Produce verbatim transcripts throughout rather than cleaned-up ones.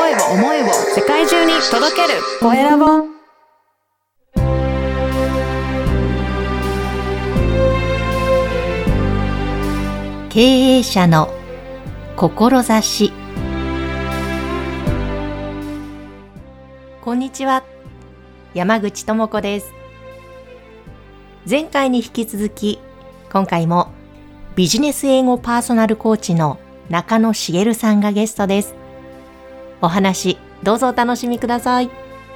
声を思いを世界中に届けるコエラボ。 経営者の志。こんにちは、山口智子です。前回に引き続き、今回もビジネス英語パーソナルコーチの中野茂さんがゲストです。お話どうぞお楽しみください。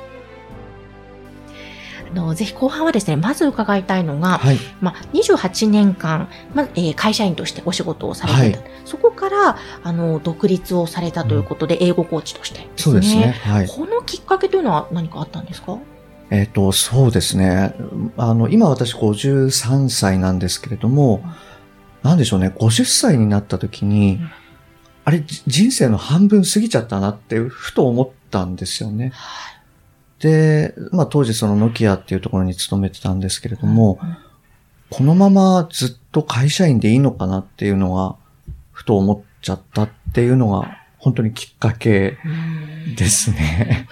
あのぜひ後半はですね、まず伺いたいのが、はい、まあ、にじゅうはちねんかん、まあえー、会社員としてお仕事をされてた、はい、そこからあの独立をされたということで、うん、英語コーチとしてですね。 そうですね。はい、 このきっかけというのは何かあったんですか？ えっと、そうですね。あの、今私ごじゅうさんさいなんですけれども、うん、なんでしょうね、ごじゅっさいになった時に、うん、あれ、人生の半分過ぎちゃったなってふと思ったんですよね。はい、で、まあ当時そのノキアっていうところに勤めてたんですけれども、うん、このままずっと会社員でいいのかなっていうのが、ふと思っちゃったっていうのが、本当にきっかけですね。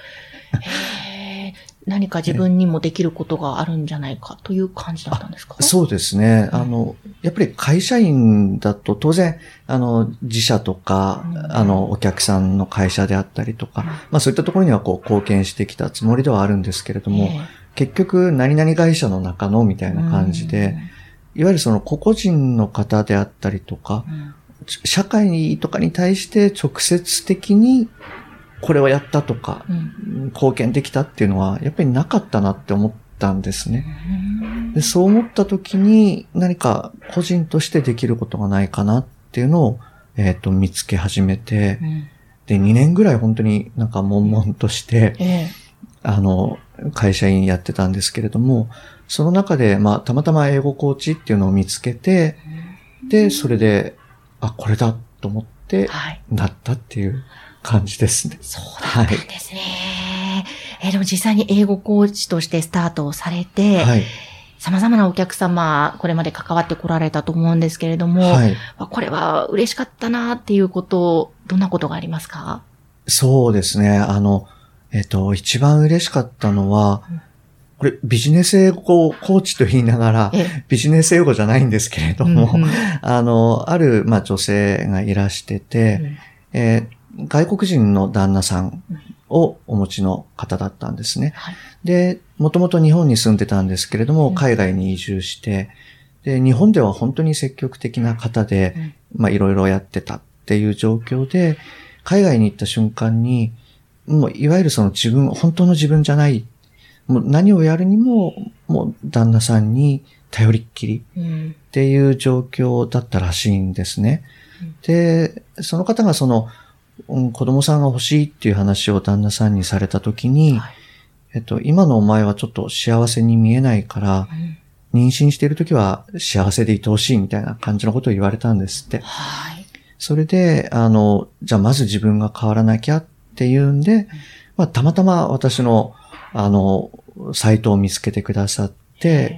何か自分にもできることがあるんじゃないかという感じだったんですか？ そうですね。あの、やっぱり会社員だと当然、あの、自社とか、うん、あの、お客さんの会社であったりとか、うん、まあそういったところにはこう貢献してきたつもりではあるんですけれども、えー、結局何々会社の中のみたいな感じで、うん、いわゆるその個々人の方であったりとか、うん、社会とかに対して直接的にこれをやったとか、うん、貢献できたっていうのはやっぱりなかったなって思ったんですね。で、そう思った時に何か個人としてできることがないかなっていうのを、えっと、見つけ始めて、うん、で、にねんぐらい本当になんか悶々として、ええ、あの、会社員やってたんですけれども、その中で、まあ、たまたま英語コーチっていうのを見つけて、で、それで、あ、これだと思って、なったっていう、はい、感じですね。 そうだったんですね。はい、えー、でも実際に英語コーチとしてスタートをされて、はい、様々なお客様、これまで関わってこられたと思うんですけれども、はい、これは嬉しかったなっていうこと、どんなことがありますか？ そうですね。あの、えっと、一番嬉しかったのは、うん、これビジネス英語コーチと言いながら、ビジネス英語じゃないんですけれども、うんうん、あの、ある、まあ、女性がいらしてて、うん、えー外国人の旦那さんをお持ちの方だったんですね。はい、で、もともと日本に住んでたんですけれども、海外に移住して、で、日本では本当に積極的な方で、まあいろいろやってたっていう状況で、海外に行った瞬間に、もういわゆるその自分、本当の自分じゃない、もう何をやるにも、もう旦那さんに頼りっきりっていう状況だったらしいんですね。で、その方がその、子供さんが欲しいっていう話を旦那さんにされたときに、はい、えっと、今のお前はちょっと幸せに見えないから、うん、妊娠しているときは幸せでいてほしいみたいな感じのことを言われたんですって。はい、それで、あの、じゃあまず自分が変わらなきゃっていうんで、うん、まあ、たまたま私の、あの、サイトを見つけてくださって、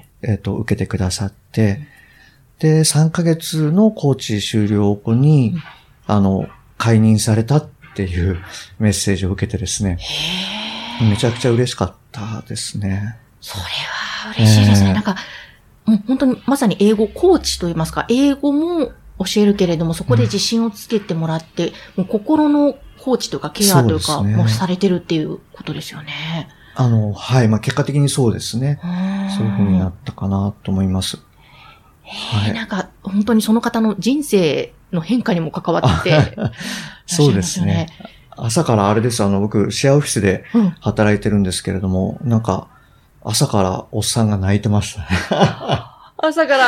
えっと、受けてくださって、で、さんかげつのコーチ終了後に、うん、あの、解任されたっていうメッセージを受けてですね。めちゃくちゃ嬉しかったですね。 それは嬉しいですね。なんか、もう本当にまさに英語コーチといいますか、英語も教えるけれども、そこで自信をつけてもらって、うん、もう心のコーチというかケアというか、もうされてるっていうことですよね。 あの、はい。まあ結果的にそうですね。そういう風になったかなと思います。 はい、なんか、本当にその方の人生の変化にも関わってそうですね。朝からあれです。あの、僕、シェアオフィスで働いてるんですけれども、うん、なんか、朝からおっさんが泣いてましたね。 朝から、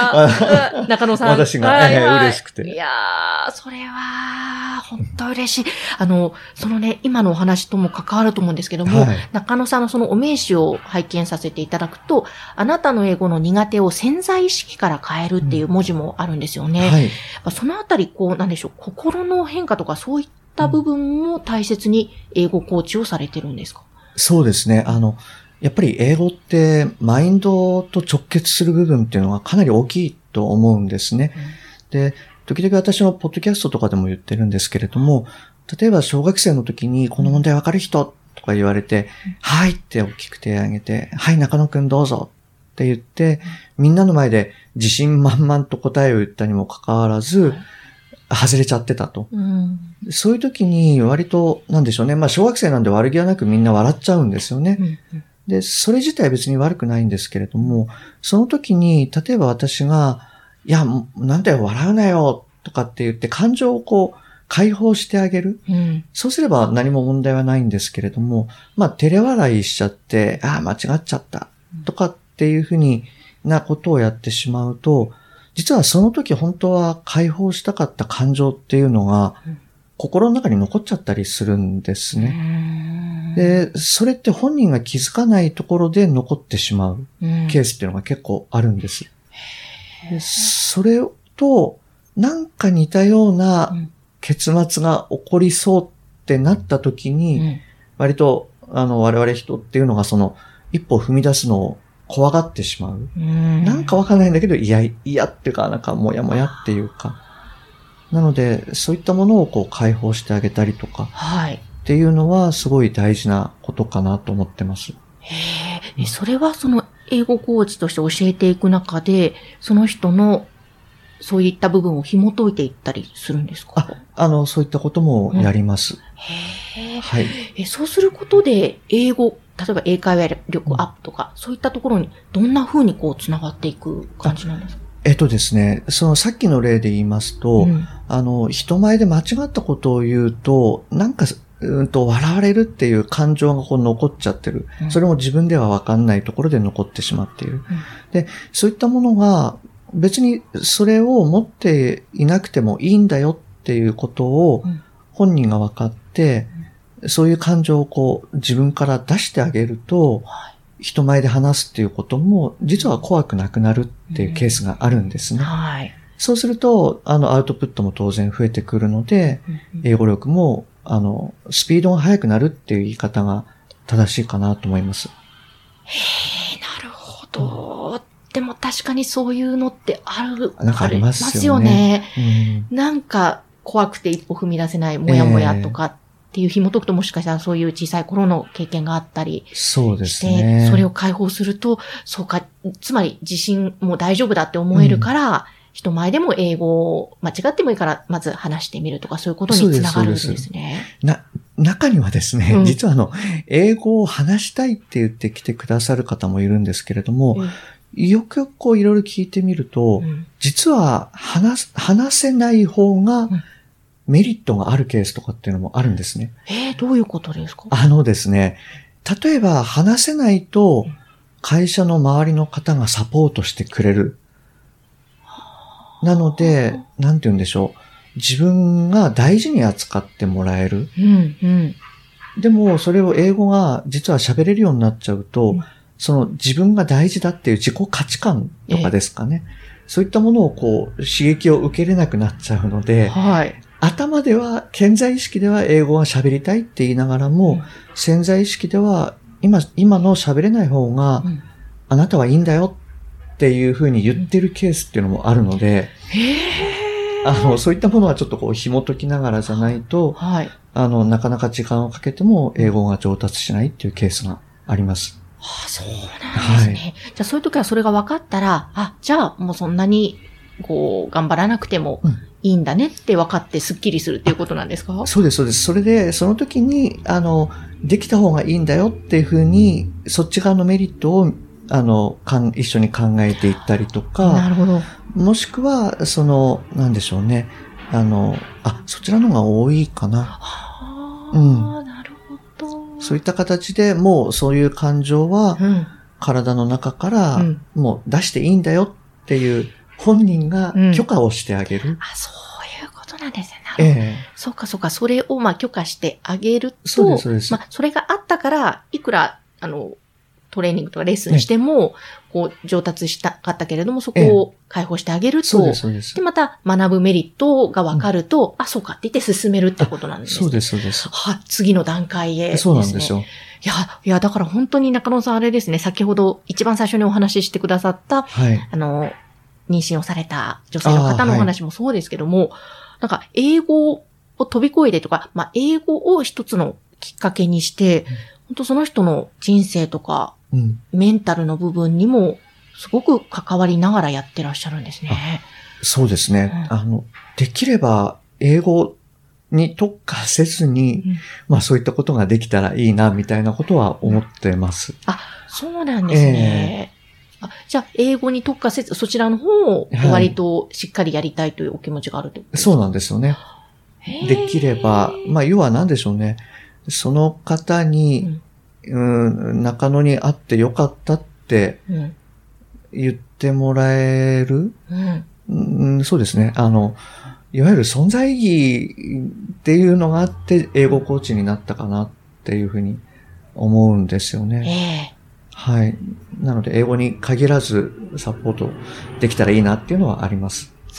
中野さん。 私が、はいはい、嬉しくて。 いやー、それは、本当嬉しい。あの、そのね、今のお話とも関わると思うんですけども、はい、中野さんのそのお名刺を拝見させていただくと、あなたの英語の苦手を潜在意識から変えるっていう文字もあるんですよね。うんはい、そのあたり、こう、なんでしょう、心の変化とかそういった部分も大切に英語コーチをされてるんですか？ そうですね。あの、やっぱり英語ってマインドと直結する部分っていうのはかなり大きいと思うんですね。うん、で、時々私のポッドキャストとかでも言ってるんですけれども、 例えば小学生の時にこの問題わかる人とか言われて、うん、はいって大きく手を挙げて、はい、中野くんどうぞって言って、みんなの前で自信満々と答えを言ったにもかかわらず、外れちゃってたと。うん、そういう時に割と、なんでしょうね。まあ小学生なんで悪気はなくみんな笑っちゃうんですよね。うんうん、で、それ自体別に悪くないんですけれども、その時に、例えば私が、いや、なんだよ、笑うなよ、とかって言って感情をこう、解放してあげる、うん。そうすれば何も問題はないんですけれども、まあ、照れ笑いしちゃって、ああ、間違っちゃった、とかっていうふうになことをやってしまうと、実はその時本当は解放したかった感情っていうのが、うん、心の中に残っちゃったりするんですね。で、それって本人が気づかないところで残ってしまうケースっていうのが結構あるんです。で、それと、なんか似たような結末が起こりそうってなった時に、うん、割と、あの、我々人っていうのがその、一歩踏み出すのを怖がってしまう。うん、なんかわかんないんだけど、嫌、嫌っていうか、なんかもやもやっていうか。なので、そういったものをこう解放してあげたりとか。はい。っていうのはすごい大事なことかなと思ってます。 へえ、それはその英語コーチとして教えていく中で、その人のそういった部分を紐解いていったりするんですか？ あ、あの、そういったこともやります。うん、 へえ。はい。え、そうすることで、英語、例えば英会話力アップとか、うん、そういったところにどんな風にこう繋がっていく感じなんですか？ えっとですね、そのさっきの例で言いますと、うん、あの、人前で間違ったことを言うと、なんか、うんと、笑われるっていう感情がこう残っちゃってる。うん、それも自分ではわかんないところで残ってしまっている。うん、で、そういったものが、別にそれを持っていなくてもいいんだよっていうことを本人が分かって、うん、そういう感情をこう自分から出してあげると、はい、人前で話すっていうことも実は怖くなくなるっていうケースがあるんですね。うんはい、そうすると、あの、アウトプットも当然増えてくるので、うん、英語力も、あの、スピードが速くなるっていう言い方が正しいかなと思います。 へー、なるほど。でも確かにそういうのってある、 なんかありますよね。 ますよね。うん、なんか怖くて一歩踏み出せない、もやもやとかっていう紐解くと、もしかしたらそういう小さい頃の経験があったりして、 そうですね。 それを解放すると、そうか、つまり自信も大丈夫だって思えるから、うん、人前でも英語を間違ってもいいから、まず話してみるとか、そういうことにつながるんですね。 な、中にはですね、うん、実はあの、英語を話したいって言って来てくださる方もいるんですけれども、うん、よくよくこういろいろ聞いてみると、うん、実は話、話せない方がメリットがあるケースとかっていうのもあるんですね。 えー、どういうことですか？ あのですね、例えば話せないと会社の周りの方がサポートしてくれる。なので、なんて言うんでしょう。自分が大事に扱ってもらえる。うんうん、でも、それを英語が実は喋れるようになっちゃうと、うん、その自分が大事だっていう自己価値観とかですかね。そういったものをこう、刺激を受けれなくなっちゃうので、はい、頭では、潜在意識では英語が喋りたいって言いながらも、うん、潜在意識では、今、今の喋れない方が、うん、あなたはいいんだよっていうふうに言ってるケースっていうのもあるので、うん、あの、そういったものはちょっとこう紐解きながらじゃないと、はい、あの、なかなか時間をかけても英語が上達しないっていうケースがあります。 ああ、そうなんですね。はい、じゃあそういう時はそれが分かったら、あ、じゃあもうそんなに、こう、頑張らなくてもいいんだねって分かってスッキリするっていうことなんですか？ そうです、そうです。それで、その時に、あの、できた方がいいんだよっていうふうに、そっち側のメリットを、あの、かん、一緒に考えていったりとか、 なるほど。 もしくは、その、なんでしょうね。あの、あ、そちらの方が多いかな。 はあ、うん。なるほど。 そういった形でもうそういう感情は、体の中からもう出していいんだよっていう本人が許可をしてあげる。うん、 あ、そういうことなんですね。なるほど。ええ、そうかそうか。それをまあ許可してあげると、 そうですそうです。 まあそれがあったから、いくら、あの、トレーニングとかレッスンしても、ね、こう上達したかったけれども、そこを解放してあげると、そうですそうです。で、また学ぶメリットが分かると、うん、あ、そうかって言って進めるってことなんですね。 そうですそうです。 は、次の段階へですね。 そうなんですよ。 いや、いや、だから本当に中野さんあれですね、先ほど一番最初にお話ししてくださった、はい、あの、妊娠をされた女性の方のお話もそうですけども、はい、なんか英語を飛び越えてとか、まあ、英語を一つのきっかけにして、うん、本当その人の人生とか、うん、メンタルの部分にもすごく関わりながらやってらっしゃるんですね。 そうですね。うん、あの、できれば英語に特化せずに、うん、まあそういったことができたらいいな、みたいなことは思ってます。うん、 あ、そうなんですね。えー、あじゃあ、英語に特化せず、そちらの方を割としっかりやりたいというお気持ちがあるということですか？ そうなんですよね。できれば、まあ要は何でしょうね。その方に、うん、うん、中野に会ってよかったって言ってもらえる、うんうん、そうですね。あの、いわゆる存在意義っていうのがあって英語コーチになったかなっていうふうに思うんですよね。えー、はい。なので英語に限らずサポートできたらいいなっていうのはあります。 そう、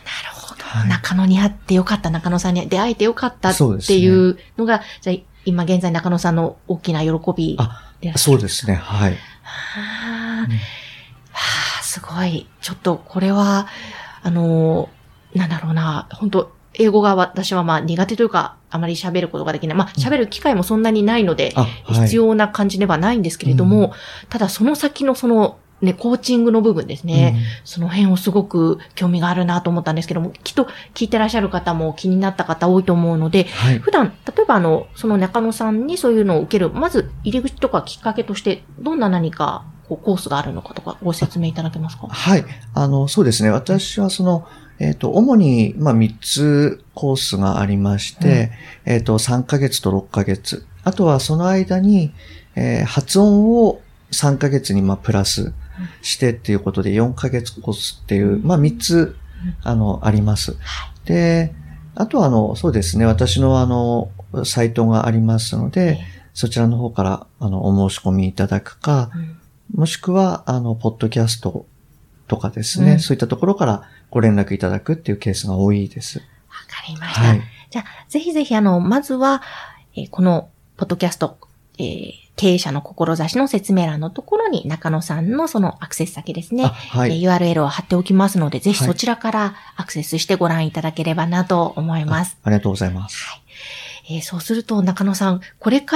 なるほど。はい、中野に会ってよかった、中野さんに出会えてよかったっていうのが、ね、じゃあ今現在中野さんの大きな喜びであそうですね。はい。 はあ、うんはあ、すごい。ちょっとこれは、あの、なんだろうな、本当英語が私はまあ苦手というか、あまり喋ることができない。まあ喋る機会もそんなにないので、はい、必要な感じではないんですけれども、うん、ただその先のそのね、コーチングの部分ですね、うん、その辺をすごく興味があるなと思ったんですけども、きっと聞いてらっしゃる方も気になった方多いと思うので、はい、普段、例えばあの、その中野さんにそういうのを受ける、まず入り口とかきっかけとして、どんな何かこうコースがあるのかとかご説明いただけますか？ はい。あの、そうですね。私はその、えっと、主に、まあ、みっつコースがありまして、うん、えっと、さんかげつとろっかげつ。あとはその間に、えー、発音をさんかげつに、まあ、プラスしてっていうことでよんかげつコースっていう、まあ、みっつ、あの、あります。で、あとは、あの、そうですね。私の、あの、サイトがありますので、そちらの方から、あの、お申し込みいただくか、もしくは、あの、ポッドキャストとかですね、うん、そういったところからご連絡いただくっていうケースが多いです。 わかりました。はい、じゃあ、ぜひぜひあの、まずは、えー、このポッドキャスト、えー、経営者の志の説明欄のところに中野さんのそのアクセス先ですね、はい、えー、ユーアールエル を貼っておきますので、ぜひそちらからアクセスしてご覧いただければなと思います。 あ、ありがとうございます。 はい。えー、そうすると中野さん、これから、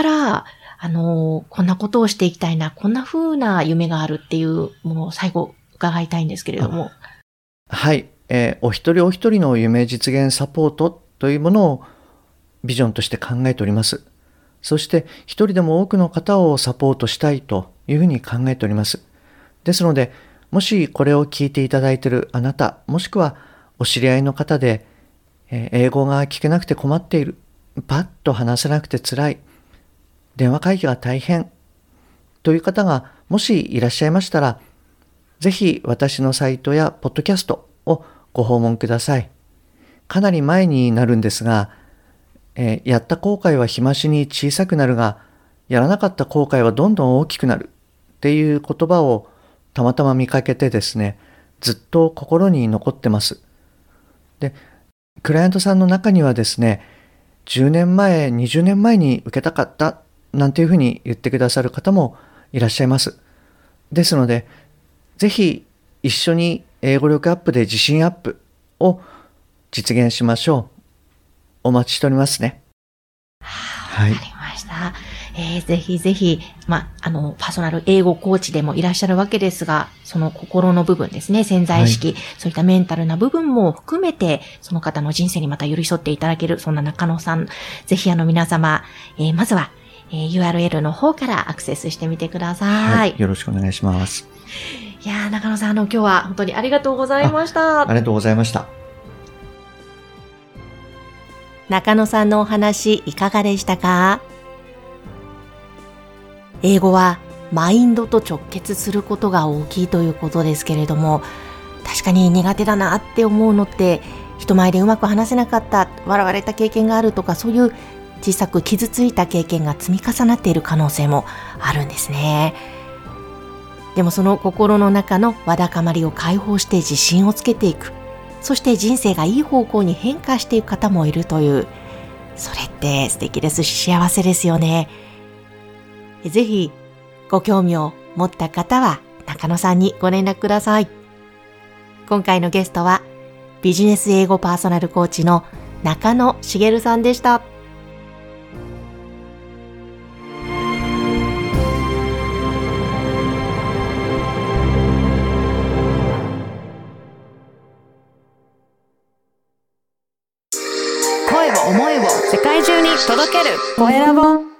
あのー、こんなことをしていきたいな、こんな風な夢があるっていうものを最後伺いたいんですけれども。 はい、えー。お一人お一人の夢実現サポートというものをビジョンとして考えております。そして一人でも多くの方をサポートしたいというふうに考えております。ですので、もしこれを聞いていただいているあなた、もしくはお知り合いの方で、えー、英語が聞けなくて困っている、パッと話せなくて辛い、電話会議が大変という方がもしいらっしゃいましたら、ぜひ私のサイトやポッドキャストをご訪問ください。かなり前になるんですが、えー、やった後悔は日増しに小さくなるが、やらなかった後悔はどんどん大きくなるっていう言葉をたまたま見かけてですね、ずっと心に残ってます。で、クライアントさんの中にはですね、じゅうねんまえ、にじゅうねんまえに受けたかったなんていうふうに言ってくださる方もいらっしゃいます。ですので、ぜひ一緒に英語力アップで自信アップを実現しましょう。お待ちしておりますね。 はい。わかりました。えー、ぜひぜひ、ま、あの、パーソナル英語コーチでもいらっしゃるわけですが、その心の部分ですね、潜在意識、はい、そういったメンタルな部分も含めて、その方の人生にまた寄り添っていただける、そんな中野さん、ぜひあの皆様、えー、まずは、えー、ユーアールエル の方からアクセスしてみてください。はい。 よろしくお願いします。 いやー、中野さん、あの、今日は本当にありがとうございました。 あ、ありがとうございました。 中野さんのお話いかがでしたか？英語はマインドと直結することが大きいということですけれども、確かに苦手だなって思うのって、人前でうまく話せなかった、笑われた経験があるとか、そういう小さく傷ついた経験が積み重なっている可能性もあるんですね。でもその心の中のわだかまりを解放して自信をつけていく。そして人生がいい方向に変化していく方もいるという、それって素敵ですし幸せですよね。ぜひご興味を持った方は中野さんにご連絡ください。今回のゲストはビジネス英語パーソナルコーチの中野茂さんでした。 声を思いを世界中に届けるコエラボ。